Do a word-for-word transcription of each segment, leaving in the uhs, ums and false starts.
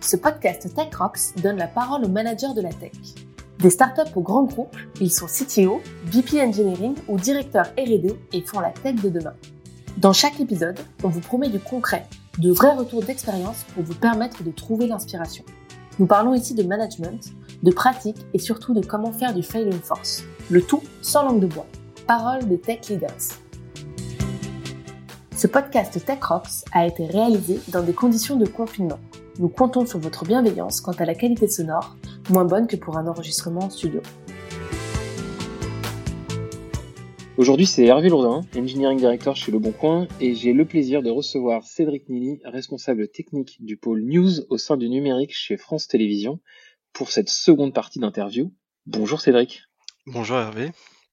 Ce podcast Tech Rocks donne la parole aux managers de la tech. Des startups aux grands groupes, ils sont C T O, V P Engineering ou directeurs R et D et font la tech de demain. Dans chaque épisode, on vous promet du concret, de vrais retours d'expérience pour vous permettre de trouver l'inspiration. Nous parlons ici de management, de pratique et surtout de comment faire du fail in force. Le tout sans langue de bois. Parole de tech leaders. Ce podcast Tech Rocks a été réalisé dans des conditions de confinement. Nous comptons sur votre bienveillance quant à la qualité sonore, moins bonne que pour un enregistrement en studio. Aujourd'hui, c'est Hervé Lourdin, Engineering Director chez Le Bon Coin, et j'ai le plaisir de recevoir Cédric Nili, responsable technique du pôle News au sein du numérique chez France Télévisions, pour cette seconde partie d'interview. Bonjour Cédric. Bonjour Hervé.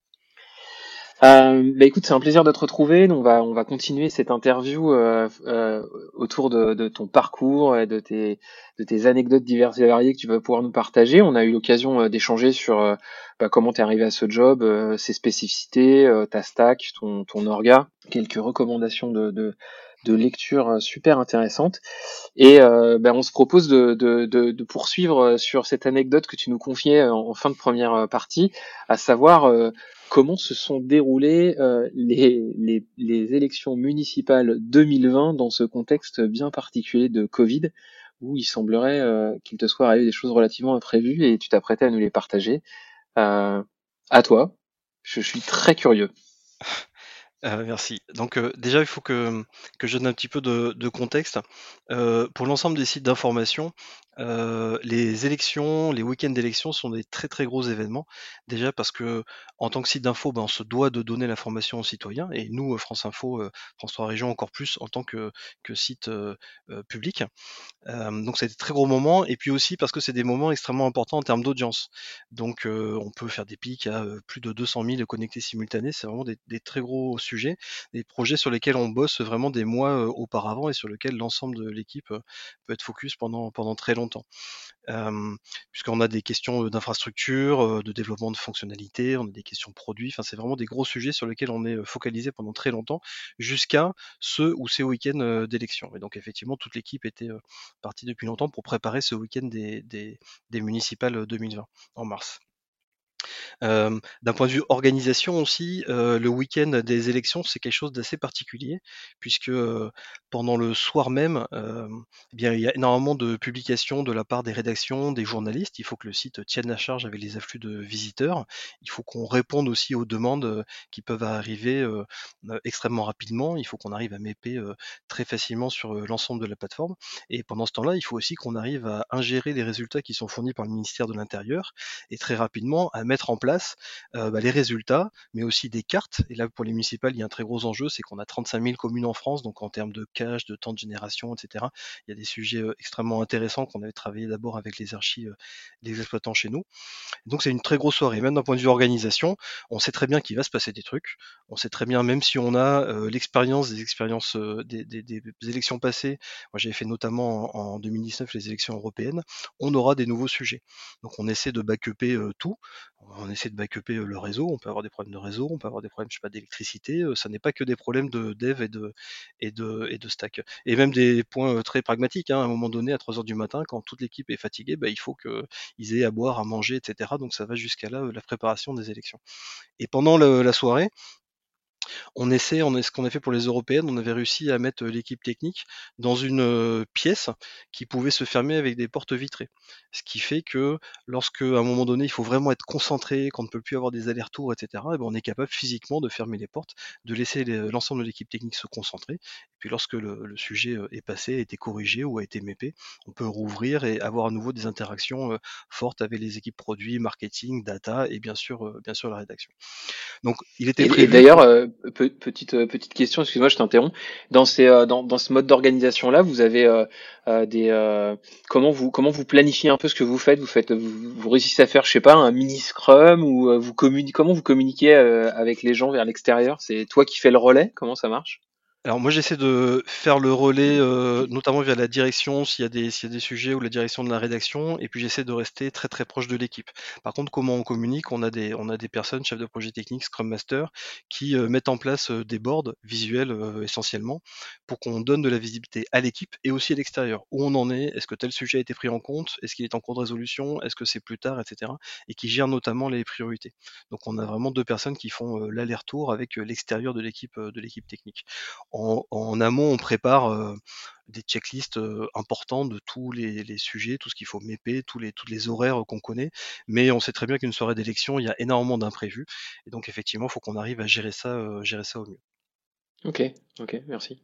Euh, bah écoute, c'est un plaisir de te retrouver. On va on va continuer cette interview euh, euh, autour de, de ton parcours et de tes de tes anecdotes diverses et variées que tu vas pouvoir nous partager. On a eu l'occasion euh, d'échanger sur euh, bah, comment t'es arrivé à ce job, euh, ses spécificités, euh, ta stack, ton ton orga, quelques recommandations de de, de lecture euh, super intéressantes. Et euh, bah, on se propose de, de de de poursuivre sur cette anecdote que tu nous confiais en, en fin de première partie, à savoir euh, comment se sont déroulées euh, les, les, les élections municipales deux mille vingt dans ce contexte bien particulier de Covid, où il semblerait euh, qu'il te soit arrivé des choses relativement imprévues et tu t'apprêtais à nous les partager. Euh, à toi, je suis très curieux. Euh, merci. Donc euh, déjà, il faut que, que je donne un petit peu de, de contexte. Euh, pour l'ensemble des sites d'information, euh, les élections, les week-ends d'élections sont des très très gros événements. Déjà parce que en tant que site d'info, ben, on se doit de donner l'information aux citoyens. Et nous, euh, France Info, euh, France trois Régions encore plus en tant que, que site euh, euh, public. Euh, donc c'est des très gros moments, et puis aussi parce que c'est des moments extrêmement importants en termes d'audience. Donc euh, on peut faire des pics à euh, plus de deux cent mille connectés simultanés, c'est vraiment des, des très gros sujets, des projets sur lesquels on bosse vraiment des mois euh, auparavant et sur lesquels l'ensemble de l'équipe euh, peut être focus pendant, pendant très longtemps. Euh, puisqu'on a des questions euh, d'infrastructure, euh, de développement de fonctionnalités, on a des questions produits, enfin c'est vraiment des gros sujets sur lesquels on est euh, focalisé pendant très longtemps, jusqu'à ce ou ces week-ends euh, d'élection. Et donc effectivement, toute l'équipe était euh, partie depuis longtemps pour préparer ce week-end des, des, des municipales deux mille vingt en mars. Euh, d'un point de vue organisation aussi, euh, le week-end des élections, c'est quelque chose d'assez particulier, puisque euh, pendant le soir même, euh, eh bien, il y a énormément de publications de la part des rédactions, des journalistes. Il faut que le site tienne la charge avec les afflux de visiteurs. Il faut qu'on réponde aussi aux demandes euh, qui peuvent arriver euh, euh, extrêmement rapidement. Il faut qu'on arrive à mapper euh, très facilement sur euh, l'ensemble de la plateforme. Et pendant ce temps-là, il faut aussi qu'on arrive à ingérer les résultats qui sont fournis par le ministère de l'Intérieur et très rapidement à mettre en place euh, bah, les résultats, mais aussi des cartes. Et là, pour les municipales, il y a un très gros enjeu, c'est qu'on a trente-cinq mille communes en France, donc en termes de cache, de temps de génération, et cetera, il y a des sujets euh, extrêmement intéressants qu'on avait travaillé d'abord avec les archis, euh, des exploitants chez nous. Donc c'est une très grosse soirée. Même d'un point de vue organisation, on sait très bien qu'il va se passer des trucs. On sait très bien, même si on a euh, l'expérience des expériences euh, des, des, des élections passées, moi j'avais fait notamment en, en deux mille dix-neuf les élections européennes, on aura des nouveaux sujets. Donc on essaie de backuper euh, tout. On essaie de backuper euh, le réseau. On peut avoir des problèmes de réseau, on peut avoir des problèmes, je sais pas, d'électricité. Euh, ça n'est pas que des problèmes de dev et de et de et de stack. Et même des points euh, très pragmatiques. Hein. À un moment donné, à trois heures du matin, quand toute l'équipe est fatiguée, bah, il faut qu'ils aient à boire, à manger, et cetera. Donc ça va jusqu'à là, euh, la préparation des élections. Et pendant le- la soirée, on essaie, on est, ce qu'on a fait pour les européennes, on avait réussi à mettre l'équipe technique dans une euh, pièce qui pouvait se fermer avec des portes vitrées. Ce qui fait que lorsque, à un moment donné, il faut vraiment être concentré, qu'on ne peut plus avoir des allers-retours, et cetera, et ben on est capable physiquement de fermer les portes, de laisser les- l'ensemble de l'équipe technique se concentrer. Et puis lorsque le, le sujet euh, est passé, a été corrigé ou a été mépé, on peut rouvrir et avoir à nouveau des interactions euh, fortes avec les équipes produits, marketing, data et bien sûr, euh, bien sûr la rédaction. Donc il était Et, et prévu. d'ailleurs, euh, pe- petite euh, petite question, excuse-moi, je t'interromps. Dans ces euh, dans dans ce mode d'organisation-là, vous avez euh, euh, des euh, comment vous comment vous planifiez un peu ce que vous faites? Vous faites vous, vous réussissez à faire, je sais pas, un mini scrum ou euh, vous communiquez comment vous communiquez euh, avec les gens vers l'extérieur? C'est toi qui fais le relais? Comment ça marche? Alors moi j'essaie de faire le relais, euh, notamment via la direction s'il y a des s'il y a des sujets ou la direction de la rédaction, et puis j'essaie de rester très très proche de l'équipe. Par contre, comment on communique? On a des on a des personnes, chefs de projet technique, Scrum Master, qui euh, mettent en place euh, des boards visuels euh, essentiellement pour qu'on donne de la visibilité à l'équipe et aussi à l'extérieur. Où on en est? Est-ce que tel sujet a été pris en compte? Est-ce qu'il est en cours de résolution? Est-ce que c'est plus tard, et cetera. Et qui gèrent notamment les priorités. Donc on a vraiment deux personnes qui font euh, l'aller-retour avec euh, l'extérieur de l'équipe euh, de l'équipe technique. En, en amont, on prépare euh, des checklists euh, importants de tous les, les sujets, tout ce qu'il faut méper, tous les, tous les horaires qu'on connaît. Mais on sait très bien qu'une soirée d'élection, il y a énormément d'imprévus. Et donc, effectivement, il faut qu'on arrive à gérer ça, euh, gérer ça au mieux. Ok, ok, merci.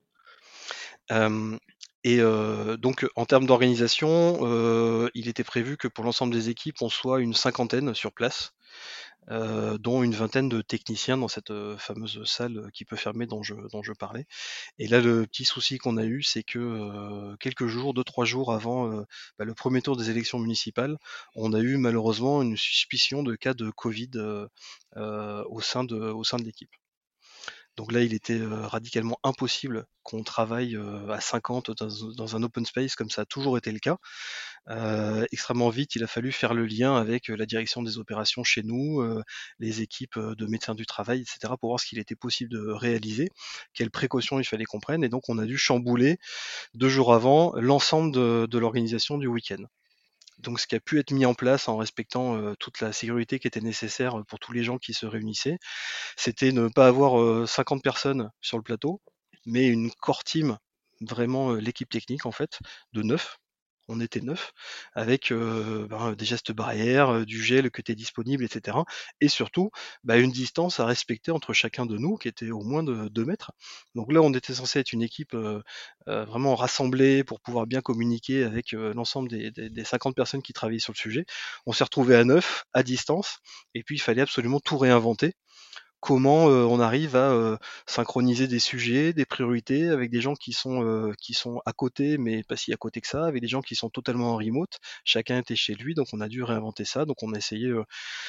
Euh, et euh, donc, en termes d'organisation, euh, il était prévu que pour l'ensemble des équipes, on soit une cinquantaine sur place. Euh, dont une vingtaine de techniciens dans cette euh, fameuse salle qui peut fermer dont je, dont je parlais. Et là, le petit souci qu'on a eu, c'est que euh, quelques jours, deux, trois jours avant euh, bah, le premier tour des élections municipales, on a eu malheureusement une suspicion de cas de Covid euh, euh, au sein de, au sein de l'équipe. Donc là, il était euh, radicalement impossible qu'on travaille euh, à cinquante dans, dans un open space comme ça a toujours été le cas. Euh, extrêmement vite, il a fallu faire le lien avec euh, la direction des opérations chez nous, euh, les équipes euh, de médecins du travail, et cetera, pour voir ce qu'il était possible de réaliser, quelles précautions il fallait qu'on prenne. Et donc, on a dû chambouler deux jours avant l'ensemble de, de l'organisation du week-end. Donc, ce qui a pu être mis en place en respectant euh, toute la sécurité qui était nécessaire pour tous les gens qui se réunissaient, c'était ne pas avoir euh, cinquante personnes sur le plateau, mais une core team, vraiment euh, l'équipe technique en fait, de neuf. On était neuf, avec euh, ben, des gestes barrières, euh, du gel qui était disponible, et cetera. Et surtout, ben, une distance à respecter entre chacun de nous qui était au moins de deux mètres. Donc là, on était censé être une équipe euh, euh, vraiment rassemblée pour pouvoir bien communiquer avec euh, l'ensemble des, des, des cinquante personnes qui travaillaient sur le sujet. On s'est retrouvé à neuf, à distance, et puis il fallait absolument tout réinventer. Comment euh, on arrive à euh, synchroniser des sujets, des priorités avec des gens qui sont euh, qui sont à côté, mais pas si à côté que ça, avec des gens qui sont totalement en remote. Chacun était chez lui, donc on a dû réinventer ça. Donc on a essayé euh,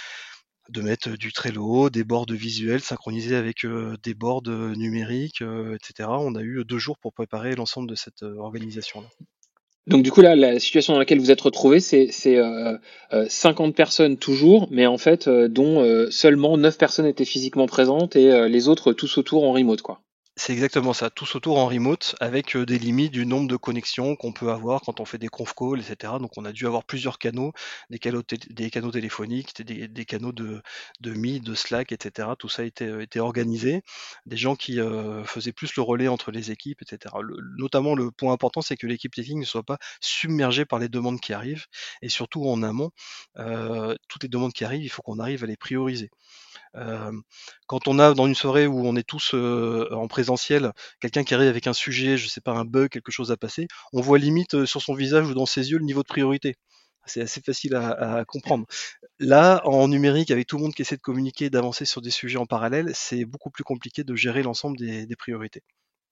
de mettre du Trello, des boards visuels synchronisés avec euh, des boards euh, numériques, euh, et cetera. On a eu deux jours pour préparer l'ensemble de cette euh, organisation-là. Donc du coup là, la situation dans laquelle vous êtes retrouvé, c'est c'est euh, euh, cinquante personnes toujours, mais en fait euh, dont euh, seulement neuf personnes étaient physiquement présentes et euh, les autres tous autour en remote quoi. C'est exactement ça, tous autour en remote avec euh, des limites du nombre de connexions qu'on peut avoir quand on fait des conf calls, et cetera. Donc on a dû avoir plusieurs canaux, des canaux, té- des canaux téléphoniques, des, des canaux de, de Meet, de Slack, et cetera. Tout ça était, était organisé, des gens qui euh, faisaient plus le relais entre les équipes, et cetera. Le- notamment le point important, c'est que l'équipe technique ne soit pas submergée par les demandes qui arrivent, et surtout en amont, euh, toutes les demandes qui arrivent, il faut qu'on arrive à les prioriser. Euh, quand on a dans une soirée où on est tous euh, en présentiel, quelqu'un qui arrive avec un sujet, je sais pas, un bug, quelque chose à passer, on voit limite euh, sur son visage ou dans ses yeux le niveau de priorité. C'est assez facile à, à comprendre. Là, en numérique, avec tout le monde qui essaie de communiquer, d'avancer sur des sujets en parallèle, c'est beaucoup plus compliqué de gérer l'ensemble des, des priorités.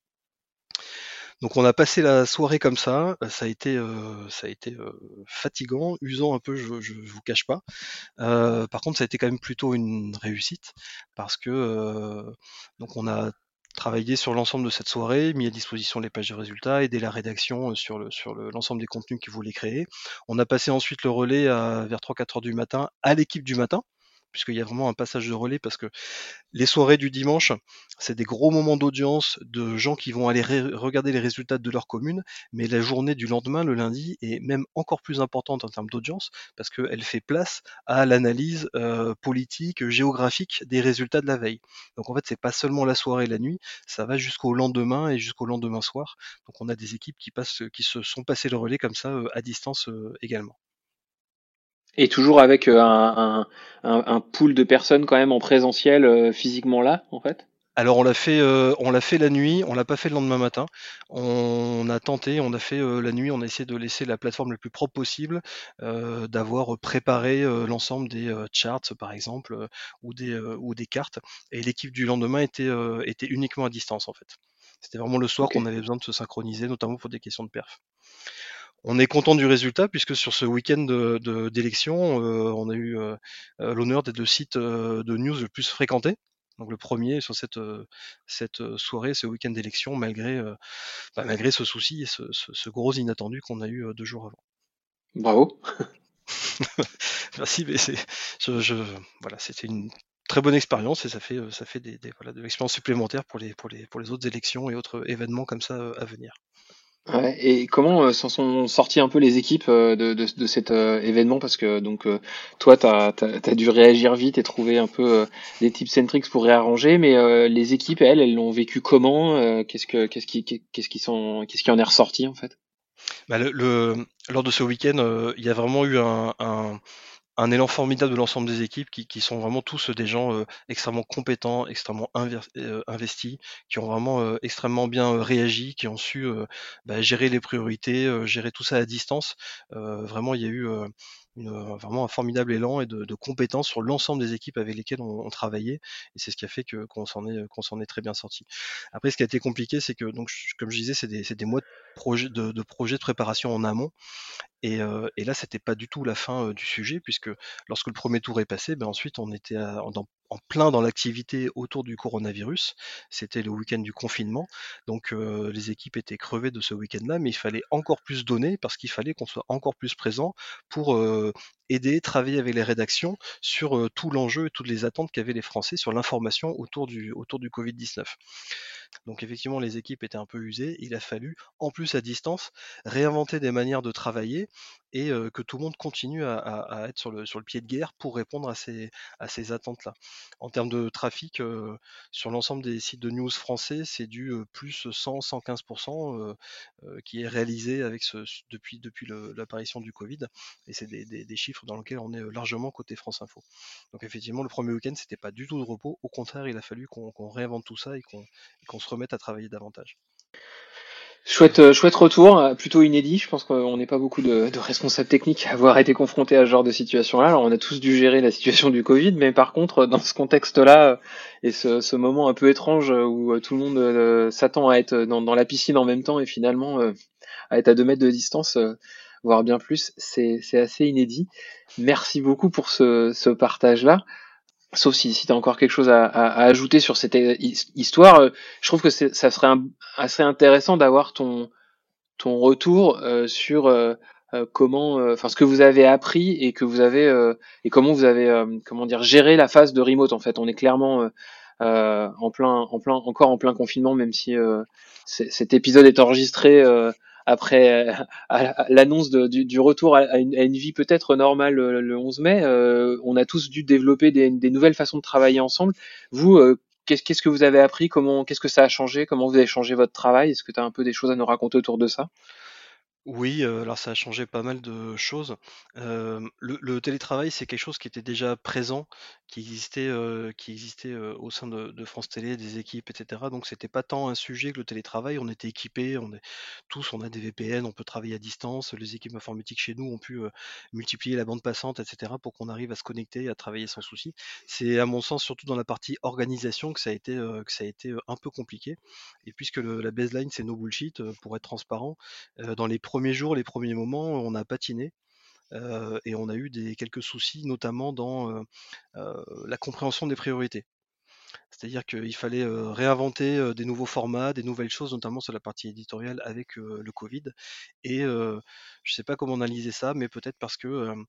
Donc on a passé la soirée comme ça, ça a été, euh, ça a été euh, fatigant, usant un peu, je, je, je vous cache pas. Euh, par contre, ça a été quand même plutôt une réussite parce que euh, donc on a travaillé sur l'ensemble de cette soirée, mis à disposition les pages de résultats, aidé la rédaction sur le sur le- l'ensemble des contenus qu'ils voulaient créer. On a passé ensuite le relais à, vers trois quatre heures du matin à l'équipe du matin, puisqu'il y a vraiment un passage de relais parce que les soirées du dimanche, c'est des gros moments d'audience de gens qui vont aller ré- regarder les résultats de leur commune, mais la journée du lendemain, le lundi, est même encore plus importante en termes d'audience parce qu'elle fait place à l'analyse euh, politique, géographique des résultats de la veille. Donc en fait, c'est pas seulement la soirée et la nuit, ça va jusqu'au lendemain et jusqu'au lendemain soir. Donc on a des équipes qui passent, qui se sont passées le relais comme ça euh, à distance euh, également. Et toujours avec euh, un, un, un, un pool de personnes quand même en présentiel euh, physiquement là en fait. Alors on l'a fait, euh, on l'a fait la nuit, on l'a pas fait le lendemain matin. On a tenté, on a fait euh, la nuit, on a essayé de laisser la plateforme le plus propre possible, euh, d'avoir préparé euh, l'ensemble des euh, charts par exemple euh, ou des euh, ou des cartes. Et l'équipe du lendemain était euh, était uniquement à distance en fait. C'était vraiment le soir Ok. qu'on avait besoin de se synchroniser, notamment pour des questions de perf. On est content du résultat puisque sur ce week-end de- de- d'élection, euh, on a eu euh, euh, l'honneur d'être le site euh, de news le plus fréquenté. Donc le premier sur cette, euh, cette euh, soirée, ce week-end d'élection, malgré, euh, bah, malgré ce souci et ce, ce- ce gros inattendu qu'on a eu euh, deux jours avant. Bravo. Merci, mais c'est, je, je- voilà, c'était une très bonne expérience et ça fait, euh, ça fait des, des- voilà, de l'expérience supplémentaire pour les, pour les, pour les autres élections et autres événements comme ça euh, à venir. Ouais, et comment euh, s'en sont sorties un peu les équipes euh, de, de, de cet euh, événement? Parce que donc euh, toi, t'as, t'as, t'as dû réagir vite et trouver un peu euh, des tips and tricks pour réarranger, mais euh, les équipes, elles, elles l'ont vécu comment? Euh, qu'est-ce que qu'est-ce qui qu'est-ce qui sont qu'est-ce qui en est ressorti en fait? Bah, le, le- lors de ce week-end, euh, il y a vraiment eu un, un- un élan formidable de l'ensemble des équipes qui, qui sont vraiment tous des gens euh, extrêmement compétents, extrêmement inver- euh, investis, qui ont vraiment euh, extrêmement bien euh, réagi, qui ont su euh, bah, gérer les priorités, euh, gérer tout ça à distance. Euh, vraiment, il y a eu euh, une- euh, vraiment un formidable élan et de, de compétences sur l'ensemble des équipes avec lesquelles on, on travaillait, et c'est ce qui a fait que qu'on s'en est qu'on s'en est très bien sorti. Après, ce qui a été compliqué, c'est que donc je- comme je disais, c'est des, c'est des mois de projet de, de projets de préparation en amont. Et, euh, et là, c'était pas du tout la fin euh, du sujet, puisque lorsque le premier tour est passé, ben ensuite on était à- en, dans- en plein dans l'activité autour du coronavirus. C'était le week-end du confinement, donc euh, les équipes étaient crevées de ce week-end-là, mais il fallait encore plus donner parce qu'il fallait qu'on soit encore plus présent pour euh, aider, travailler avec les rédactions sur euh, tout l'enjeu et toutes les attentes qu'avaient les Français sur l'information autour du, autour du Covid dix-neuf. Donc effectivement, les équipes étaient un peu usées. Il a fallu, en plus à distance, réinventer des manières de travailler et euh, que tout le monde continue à, à- à être sur le, sur le pied de guerre pour répondre à ces, à ces attentes-là. En termes de trafic, euh, sur l'ensemble des sites de news français, c'est du euh, plus cent à cent quinze pour cent euh, euh, qui est réalisé avec ce, ce- depuis, depuis le- l'apparition du Covid. Et c'est des, des- des chiffres dans lesquels on est euh, largement côté France Info. Donc effectivement, le premier week-end, c'était pas du tout de repos. Au contraire, il a fallu qu'on qu'on réinvente tout ça et qu'on et qu'on se remette à travailler davantage. Chouette, euh, chouette retour, euh, plutôt inédit. Je pense qu'on n'est pas beaucoup de, de responsables techniques à avoir été confrontés à ce genre de situation-là. Alors, on a tous dû gérer la situation du Covid, mais par contre, dans ce contexte-là euh, et ce, ce moment un peu étrange euh, où euh, tout le monde euh, s'attend à être dans, dans la piscine en même temps et finalement euh, à être à deux mètres de distance, euh, voire bien plus, c'est, c'est assez inédit. Merci beaucoup pour ce, ce partage-là. Sauf si, si tu as encore quelque chose à, à, à ajouter sur cette euh, his- histoire, euh, je trouve que c'est, ça serait un- assez intéressant d'avoir ton, ton retour euh, sur euh, euh, comment, euh, enfin ce que vous avez appris et que vous avez euh, et comment vous avez, euh, comment dire, géré la phase de remote. En fait, on est clairement euh, euh, en plein, en plein, encore en plein confinement, même si euh, c'est- cet épisode est enregistré euh, après euh, à- à l'annonce de- du, du retour à, à une, à une vie peut-être normale le, le onze mai. Euh, on a tous dû développer des, des nouvelles façons de travailler ensemble. Vous, euh, qu'est-ce, qu'est-ce que vous avez appris? Comment, qu'est-ce que ça a changé? Comment vous avez changé votre travail? Est-ce que tu as un peu des choses à nous raconter autour de ça? Oui, heu, alors ça a changé pas mal de choses. Hem, le le télétravail, c'est quelque chose qui était déjà présent, qui existait, heu, qui existait, heu, au sein de de France Télé, des équipes et cetera. Donc c'était pas tant un sujet que le télétravail. On était équipés, on est tous, on a des V P N, on peut travailler à distance. Les équipes informatiques chez nous ont pu, heu, multiplier la bande passante et cetera pour qu'on arrive à se connecter, à travailler sans souci. C'est à mon sens surtout dans la partie organisation que ça a été, heu, que ça a été, heu, un peu compliqué, et puisque le la baseline, c'est no bullshit, heu, pour être transparent. Heu, dans les premiers jours, les premiers moments, on a patiné, heu et on a eu des quelques soucis, notamment dans, heu heu, la compréhension des priorités. C'est-à-dire qu'il fallait, heu, réinventer, heu, des nouveaux formats, des nouvelles choses, notamment sur la partie éditoriale avec, heu, le Covid. Et heu, je ne sais pas comment analyser ça, mais peut-être parce que, hem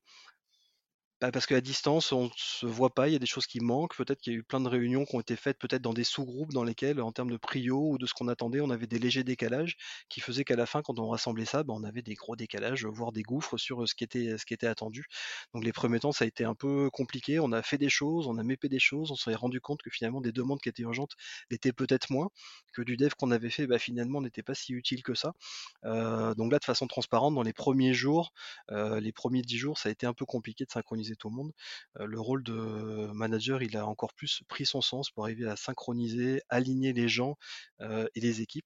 bah, parce qu'à distance, on se voit pas, il y a des choses qui manquent. Peut-être qu'il y a eu plein de réunions qui ont été faites, peut-être dans des sous-groupes dans lesquels, en termes de prio ou de ce qu'on attendait, on avait des légers décalages qui faisaient qu'à la fin, quand on rassemblait ça, bah, on avait des gros décalages, voire des gouffres sur euh, ce qui était, ce qui était attendu. Donc les premiers temps, ça a été un peu compliqué. On a fait des choses, on a mépé des choses, on s'est rendu compte que finalement des demandes qui étaient urgentes l'étaient peut-être moins, que du dev qu'on avait fait, bah, finalement n'était pas si utile que ça. Euh, donc là, de façon transparente, dans les premiers jours, euh, les premiers dix jours, ça a été un peu compliqué de synchroniser tout le monde. Euh, le rôle de manager, il a encore plus pris son sens pour arriver à synchroniser, aligner les gens euh, et les équipes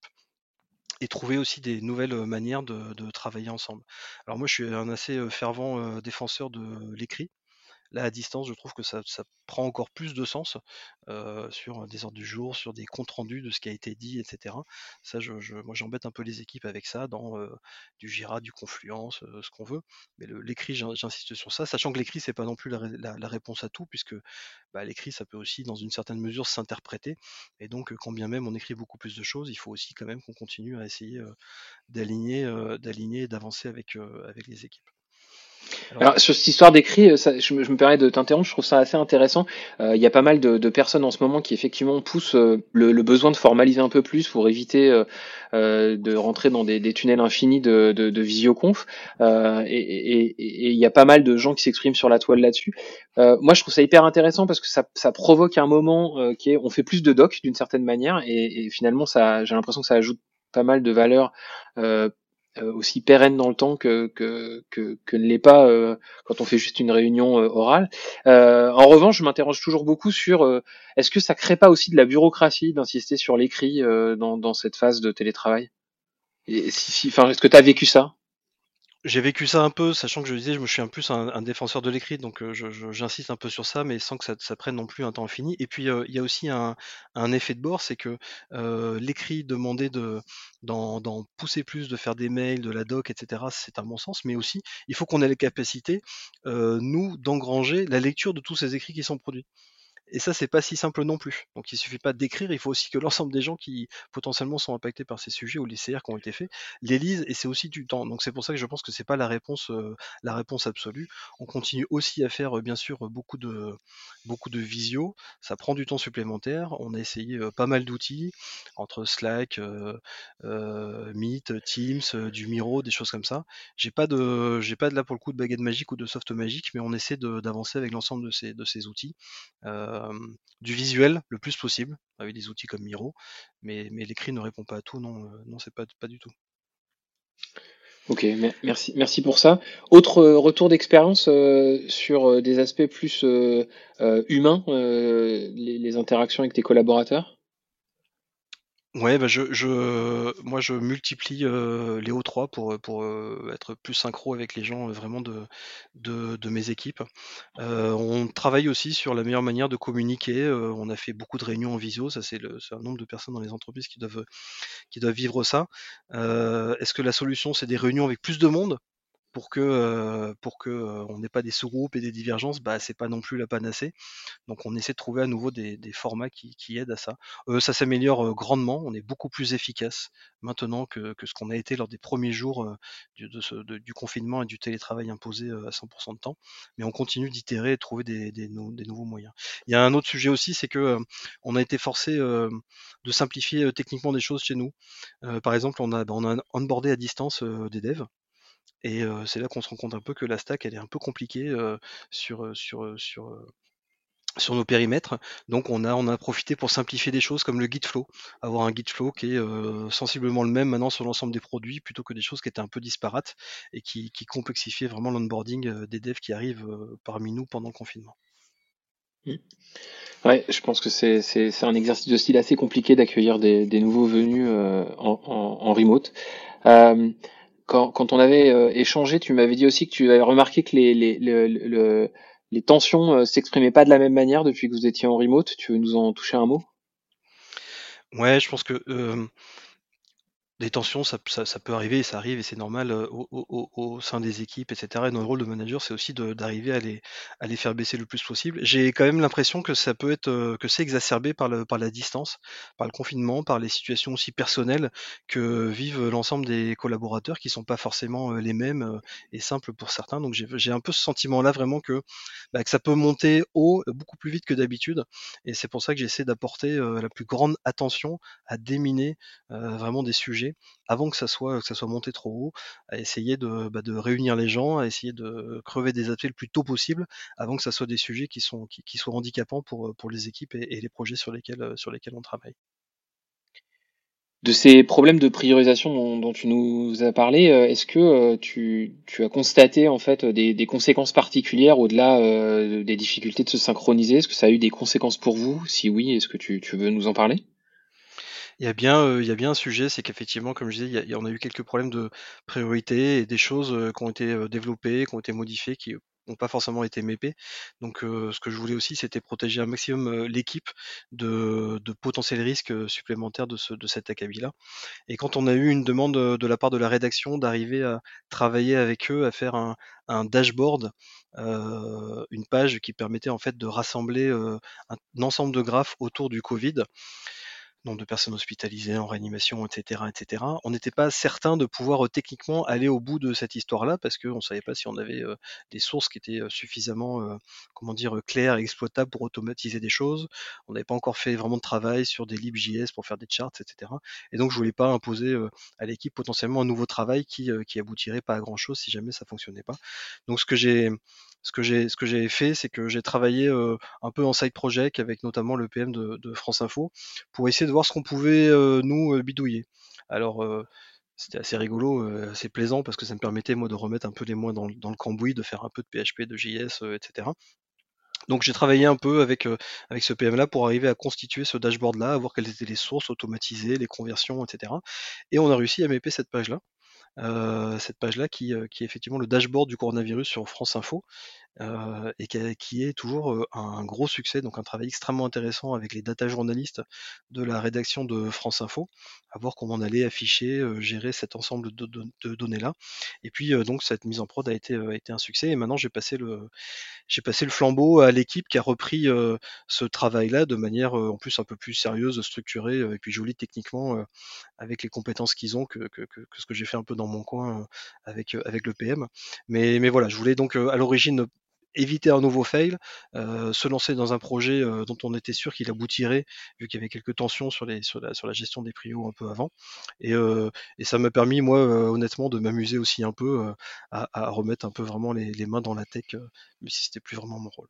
et trouver aussi des nouvelles euh, manières de, de travailler ensemble. Alors moi, je suis un assez euh, fervent euh, défenseur de l'écrit. Là, à distance, je trouve que ça, ça prend encore plus de sens euh, sur des ordres du jour, sur des comptes rendus de ce qui a été dit, et cetera. Ça, je, je- moi, j'embête un peu les équipes avec ça, dans euh, du Jira, du Confluence, euh, ce qu'on veut. Mais le- l'écrit, j'in- j'insiste sur ça, sachant que l'écrit, c'est pas non plus la, ré- la- la réponse à tout, puisque bah, l'écrit, ça peut aussi, dans une certaine mesure, s'interpréter. Et donc, euh, quand bien même on écrit beaucoup plus de choses, il faut aussi quand même qu'on continue à essayer euh, d'aligner, euh, d'aligner et d'avancer avec, euh, avec les équipes. Alors, Alors sur cette histoire d'écrit, euh, ça, je, me je me permets de t'interrompre, je trouve ça assez intéressant. Euh, Il y a pas mal de, de personnes en ce moment qui effectivement poussent euh, le, le besoin de formaliser un peu plus pour éviter euh, euh, de rentrer dans des, des tunnels infinis de, de, de visioconf. Euh, et et- et- et il y a pas mal de gens qui s'expriment sur la toile là-dessus. Euh, moi, je trouve ça hyper intéressant parce que ça, ça provoque un moment euh, qui est, on fait plus de doc d'une certaine manière et, et finalement, ça, j'ai l'impression que ça ajoute pas mal de valeur. Euh, euh, aussi pérenne dans le temps que que que, que ne l'est pas euh, quand on fait juste une réunion euh, orale. Euh, en revanche, je m'interroge toujours beaucoup sur euh, est-ce que ça crée pas aussi de la bureaucratie d'insister sur l'écrit euh, dans dans cette phase de télétravail? Et si, si, enfin, est-ce que tu as vécu ça? j'ai vécu ça un peu, sachant que je disais, je me suis un plus un, un défenseur de l'écrit, donc euh, je- je- j'insiste un peu sur ça, mais sans que ça, ça prenne non plus un temps infini. Et puis, euh, il y a aussi un, un effet de bord, c'est que euh, l'écrit demandé de, d'en, d'en pousser plus, de faire des mails, de la doc, et cetera, c'est un bon sens, mais aussi, il faut qu'on ait les capacités, euh, nous, d'engranger la lecture de tous ces écrits qui sont produits. Et ça, c'est pas si simple non plus. Donc il suffit pas d'écrire, il faut aussi que l'ensemble des gens qui potentiellement sont impactés par ces sujets ou les C R qui ont été faits les lisent et c'est aussi du temps. Donc c'est pour ça que je pense que c'est pas la réponse, euh, la réponse absolue. On continue aussi à faire euh, bien sûr beaucoup de beaucoup de visio. Ça prend du temps supplémentaire. On a essayé euh, pas mal d'outils entre Slack, euh, euh, Meet, Teams, euh, du Miro, des choses comme ça. J'ai pas de j'ai pas de là pour le coup de baguette magique ou de soft magique, mais on essaie de- d'avancer avec l'ensemble de ces de ces outils euh, du visuel le plus possible, avec des outils comme Miro, mais, mais l'écrit ne répond pas à tout, non, euh, non c'est pas, pas du tout. Ok, mer- merci, merci pour ça. Autre euh, retour d'expérience euh, sur euh, des aspects plus euh, euh, humains, euh, les, les interactions avec tes collaborateurs? Ouais, bah je, je, moi je multiplie euh, les O trois pour, pour euh, être plus synchro avec les gens euh, vraiment de, de, de mes équipes. Euh, on travaille aussi sur la meilleure manière de communiquer. Euh, on a fait beaucoup de réunions en visio, ça c'est le, c'est un nombre de personnes dans les entreprises qui doivent, qui doivent vivre ça. Euh, est-ce que la solution c'est des réunions avec plus de monde? Pour que, euh, pour que euh, on n'ait pas des sous-groupes et des divergences, bah c'est pas non plus la panacée. Donc on essaie de trouver à nouveau des, des formats qui, qui aident à ça. Euh, ça s'améliore euh, grandement, on est beaucoup plus efficace maintenant que, que ce qu'on a été lors des premiers jours euh, du, de ce- de- du confinement et du télétravail imposé euh, à cent pour cent de temps. Mais on continue d'itérer et de trouver des, des, nou- des nouveaux moyens. Il y a un autre sujet aussi, c'est que euh, on a été forcé euh, de simplifier euh, techniquement des choses chez nous. Euh, par exemple, on a, bah, on a onboardé à distance euh, des devs. Et euh, c'est là qu'on se rend compte un peu que la stack, elle est un peu compliquée euh, sur, euh, sur, euh, sur, euh, sur nos périmètres. Donc on a, on a profité pour simplifier des choses comme le git flow, avoir un git flow qui est euh, sensiblement le même maintenant sur l'ensemble des produits plutôt que des choses qui étaient un peu disparates et qui, qui complexifiaient vraiment l'onboarding euh, des devs qui arrivent euh, parmi nous pendant le confinement. Ouais, je pense que c'est c'est c'est un exercice de style assez compliqué d'accueillir des des nouveaux venus euh, en, en en remote. Euh, quand quand on avait euh, échangé, tu m'avais dit aussi que tu avais remarqué que les les le, le- les tensions euh, s'exprimaient pas de la même manière depuis que vous étiez en remote. Tu veux nous en toucher un mot? Ouais, je pense que euh, des tensions, ça, ça, ça peut arriver, et ça arrive, et c'est normal euh, au, au- au- au sein des équipes, et cetera. Et dans le rôle de manager, c'est aussi de- d'arriver à les, à les faire baisser le plus possible. J'ai quand même l'impression que ça peut être, euh, que c'est exacerbé par le, par la distance, par le confinement, par les situations aussi personnelles que vivent l'ensemble des collaborateurs, qui sont pas forcément euh, les mêmes euh, et simples pour certains. Donc j'ai j'ai un peu ce sentiment-là vraiment que, bah, que ça peut monter haut euh, beaucoup plus vite que d'habitude. Et c'est pour ça que j'essaie d'apporter euh, la plus grande attention à déminer euh, vraiment des sujets avant que ça soit, que ça soit monté trop haut, à essayer de, bah, de réunir les gens, à essayer de crever des ateliers le plus tôt possible, avant que ça soit des sujets qui, sont, qui, qui soient handicapants pour, pour les équipes et, et les projets sur lesquels, euh, sur lesquels on travaille. De ces problèmes de priorisation dont, dont tu nous as parlé, euh, est-ce que euh, tu, tu as constaté en fait des, des conséquences particulières au-delà euh, des difficultés de se synchroniser? Est-ce que ça a eu des conséquences pour vous? Si oui, est-ce que tu, tu veux nous en parler? Il y a bien, euh, il y a bien un sujet, c'est qu'effectivement, comme je disais, il y a, il y en a eu quelques problèmes de priorité et des choses euh, qui ont été euh, développées, qui ont été modifiées, qui n'ont pas forcément été mépés. Donc euh, ce que je voulais aussi, c'était protéger un maximum euh, l'équipe de, de potentiels risques euh, supplémentaires de, ce, de cet acabit-là. Et quand on a eu une demande euh, de la part de la rédaction d'arriver à travailler avec eux, à faire un, un dashboard, euh, une page qui permettait en fait de rassembler euh, un, un ensemble de graphes autour du Covid, nombre de personnes hospitalisées en réanimation, et cetera, et cetera. On n'était pas certain de pouvoir euh, techniquement aller au bout de cette histoire-là parce qu'on ne savait pas si on avait euh, des sources qui étaient euh, suffisamment, euh, comment dire, euh, claires et exploitables pour automatiser des choses. On n'avait pas encore fait vraiment de travail sur des libjs pour faire des charts, et cetera. Et donc je voulais pas imposer euh, à l'équipe potentiellement un nouveau travail qui, euh, qui aboutirait pas à grand-chose si jamais ça fonctionnait pas. Donc ce que j'ai ce que j'ai ce que j'ai fait, c'est que j'ai travaillé euh, un peu en side project avec notamment le P M de, de France Info pour essayer de voir ce qu'on pouvait euh, nous euh, bidouiller. Alors euh, c'était assez rigolo, euh, assez plaisant parce que ça me permettait moi de remettre un peu les mains dans, le- dans le cambouis, de faire un peu de P H P, de J S, euh, et cetera. Donc j'ai travaillé un peu avec, euh, avec ce P M là pour arriver à constituer ce dashboard là, à voir quelles étaient les sources automatisées, les conversions, et cetera. Et on a réussi à mapper cette page là. Euh, cette page là qui, euh, qui est effectivement le dashboard du coronavirus sur France Info euh, et qui, a- qui est toujours euh, un gros succès, donc un travail extrêmement intéressant avec les data journalistes de la rédaction de France Info, à voir comment on allait afficher, euh, gérer cet ensemble de, de- de données-là. Et puis euh, donc cette mise en prod a été, euh, a été un succès, et maintenant j'ai passé le, j'ai passé le flambeau à l'équipe qui a repris euh, ce travail-là de manière euh, en plus un peu plus sérieuse, structurée, euh, et puis jolie techniquement, euh, avec les compétences qu'ils ont, que, que, que, que ce que j'ai fait un peu dans mon coin euh, avec, euh, avec le P M. Mais, mais voilà, je voulais donc euh, à l'origine éviter un nouveau fail, euh, se lancer dans un projet euh, dont on était sûr qu'il aboutirait, vu qu'il y avait quelques tensions sur, les, sur, la, sur la gestion des prios un peu avant. Et, euh, et ça m'a permis, moi, euh, honnêtement, de m'amuser aussi un peu euh, à, à remettre un peu vraiment les, les mains dans la tech, euh, même si c'était plus vraiment mon rôle.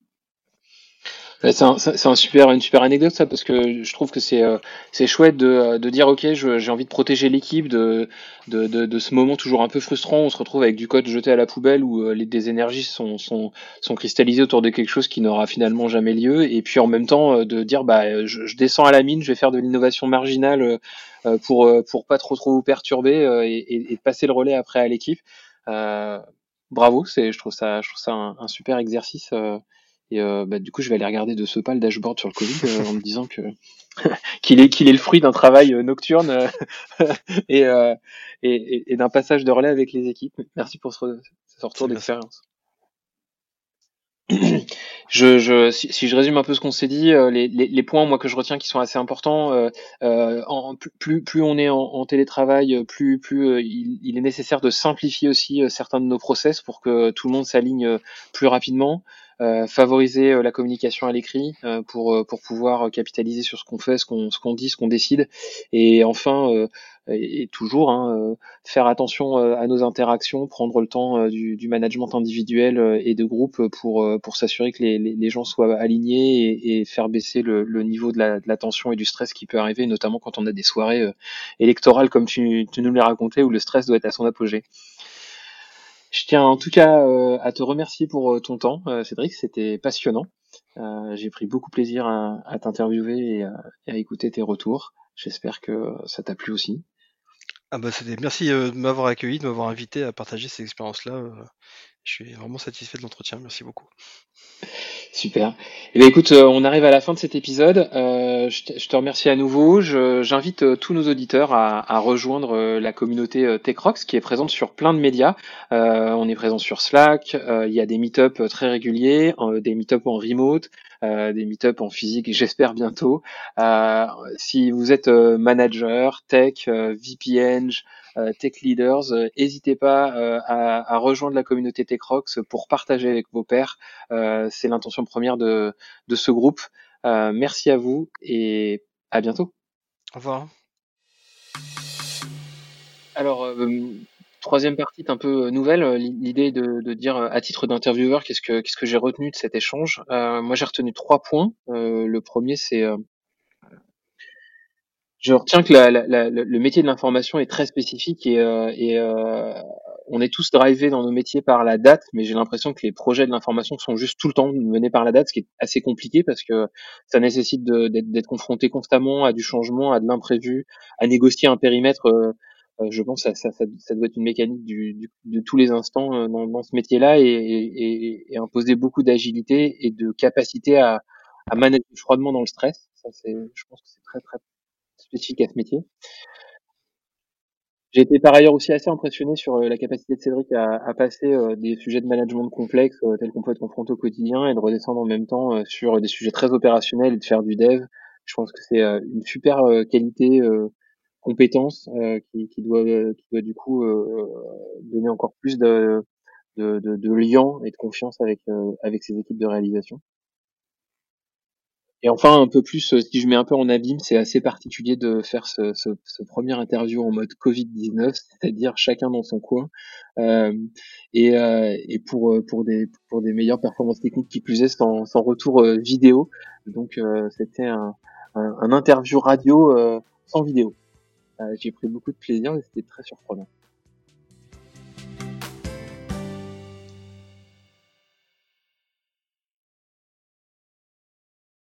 Ouais, C'est un, c'est un super, une super anecdote ça parce que je trouve que c'est euh, c'est chouette de, euh, de dire ok je- j'ai envie de protéger l'équipe de, de, de, de ce moment toujours un peu frustrant où on se retrouve avec du code jeté à la poubelle où euh, les des énergies sont, sont, sont cristallisées autour de quelque chose qui n'aura finalement jamais lieu et puis en même temps euh, de dire bah euh, je, je descends à la mine, je vais faire de l'innovation marginale euh, euh, pour euh, pour pas trop trop vous perturber euh, et, et, et de passer le relais après à l'équipe. Euh, Bravo, c'est je trouve ça je trouve ça un, un super exercice. euh, et euh, bah, du coup, je vais aller regarder de ce pas le dashboard sur le Covid euh, en me disant que qu'il est qu'il est le fruit d'un travail euh, nocturne euh, et, euh, et, et, et d'un passage de relais avec les équipes. Merci pour ce, ce retour C'est bien ça. d'expérience. Je, je, si, si je résume un peu ce qu'on s'est dit, euh, les, les, les points moi que je retiens qui sont assez importants, euh, euh, en, plus, plus on est en, en télétravail, plus, plus euh, il, il est nécessaire de simplifier aussi euh, certains de nos process pour que tout le monde s'aligne euh, plus rapidement. Euh, favoriser euh, la communication à l'écrit euh, pour euh, pour pouvoir capitaliser sur ce qu'on fait, ce qu'on ce qu'on dit, ce qu'on décide. Et enfin, euh, et, et toujours hein, euh, faire attention euh, à nos interactions, prendre le temps euh, du, du management individuel euh, et de groupe pour euh, pour s'assurer que les, les, les gens soient alignés et, et faire baisser le, le niveau de la, de la tension et du stress qui peut arriver, notamment quand on a des soirées euh, électorales comme tu, tu nous l'as raconté où le stress doit être à son apogée. Je tiens en tout cas euh, à te remercier pour euh, ton temps, euh, Cédric, c'était passionnant. Euh, j'ai pris beaucoup plaisir à, à t'interviewer et à, et à écouter tes retours. J'espère que ça t'a plu aussi. Ah bah c'était merci euh, de m'avoir accueilli, de m'avoir invité à partager ces expériences-là. euh, je suis vraiment satisfait de l'entretien, merci beaucoup. Super. Eh bien, écoute, euh, on arrive à la fin de cet épisode. Euh, je, te, je te remercie à nouveau. Je- J'invite euh, tous nos auditeurs à, à rejoindre euh, la communauté euh, TechRox qui est présente sur plein de médias. Euh, on est présent sur Slack. Euh, il y a des meet-up euh, très réguliers, euh, des meet-up en remote, euh, des meet-up en physique, j'espère bientôt. Euh, si vous êtes euh, manager, tech, euh, V P Eng, euh, tech leaders, euh, n'hésitez pas euh, à, à rejoindre la communauté TechRox pour partager avec vos pairs. Euh, c'est l'intention première de, de ce groupe. Euh, merci à vous et à bientôt. Au revoir. Alors, euh, troisième partie est un peu nouvelle. L'idée de, de dire à titre d'intervieweur qu'est-ce que qu'est-ce que j'ai retenu de cet échange. Euh, moi, j'ai retenu trois points. Euh, le premier, c'est euh, je retiens que la, la, la, le métier de l'information est très spécifique et, euh, et euh, on est tous drivés dans nos métiers par la date, mais j'ai l'impression que les projets de l'information sont juste tout le temps menés par la date, ce qui est assez compliqué parce que ça nécessite de- d'être d'être confronté constamment à du changement, à de l'imprévu, à négocier un périmètre euh, Euh, je pense que ça, ça, ça, ça doit être une mécanique du, du, de tous les instants euh, dans, dans ce métier-là et, et, et imposer beaucoup d'agilité et de capacité à, à manager froidement dans le stress. Ça, c'est, je pense que c'est très très spécifique à ce métier. J'ai été par ailleurs aussi assez impressionné sur euh, la capacité de Cédric à, à passer euh, des sujets de management complexes euh, tels qu'on peut être confronté au quotidien et de redescendre en même temps euh, sur des sujets très opérationnels et de faire du dev. Je pense que c'est euh, une super euh, qualité, euh, compétence euh, qui, qui doit, euh, qui doit du coup euh, donner encore plus de, de, de, de liens et de confiance avec, euh, avec ses équipes de réalisation. Et enfin, un peu plus, euh, si je mets un peu en abîme, c'est assez particulier de faire ce, ce, ce premier interview en mode covid dix-neuf, c'est-à-dire chacun dans son coin, euh, et, euh, et pour pour des pour des meilleures performances techniques qui plus est, sans, sans retour euh, vidéo. Donc euh, c'était un, un, un interview radio euh, sans vidéo. Euh, j'ai pris beaucoup de plaisir et c'était très surprenant.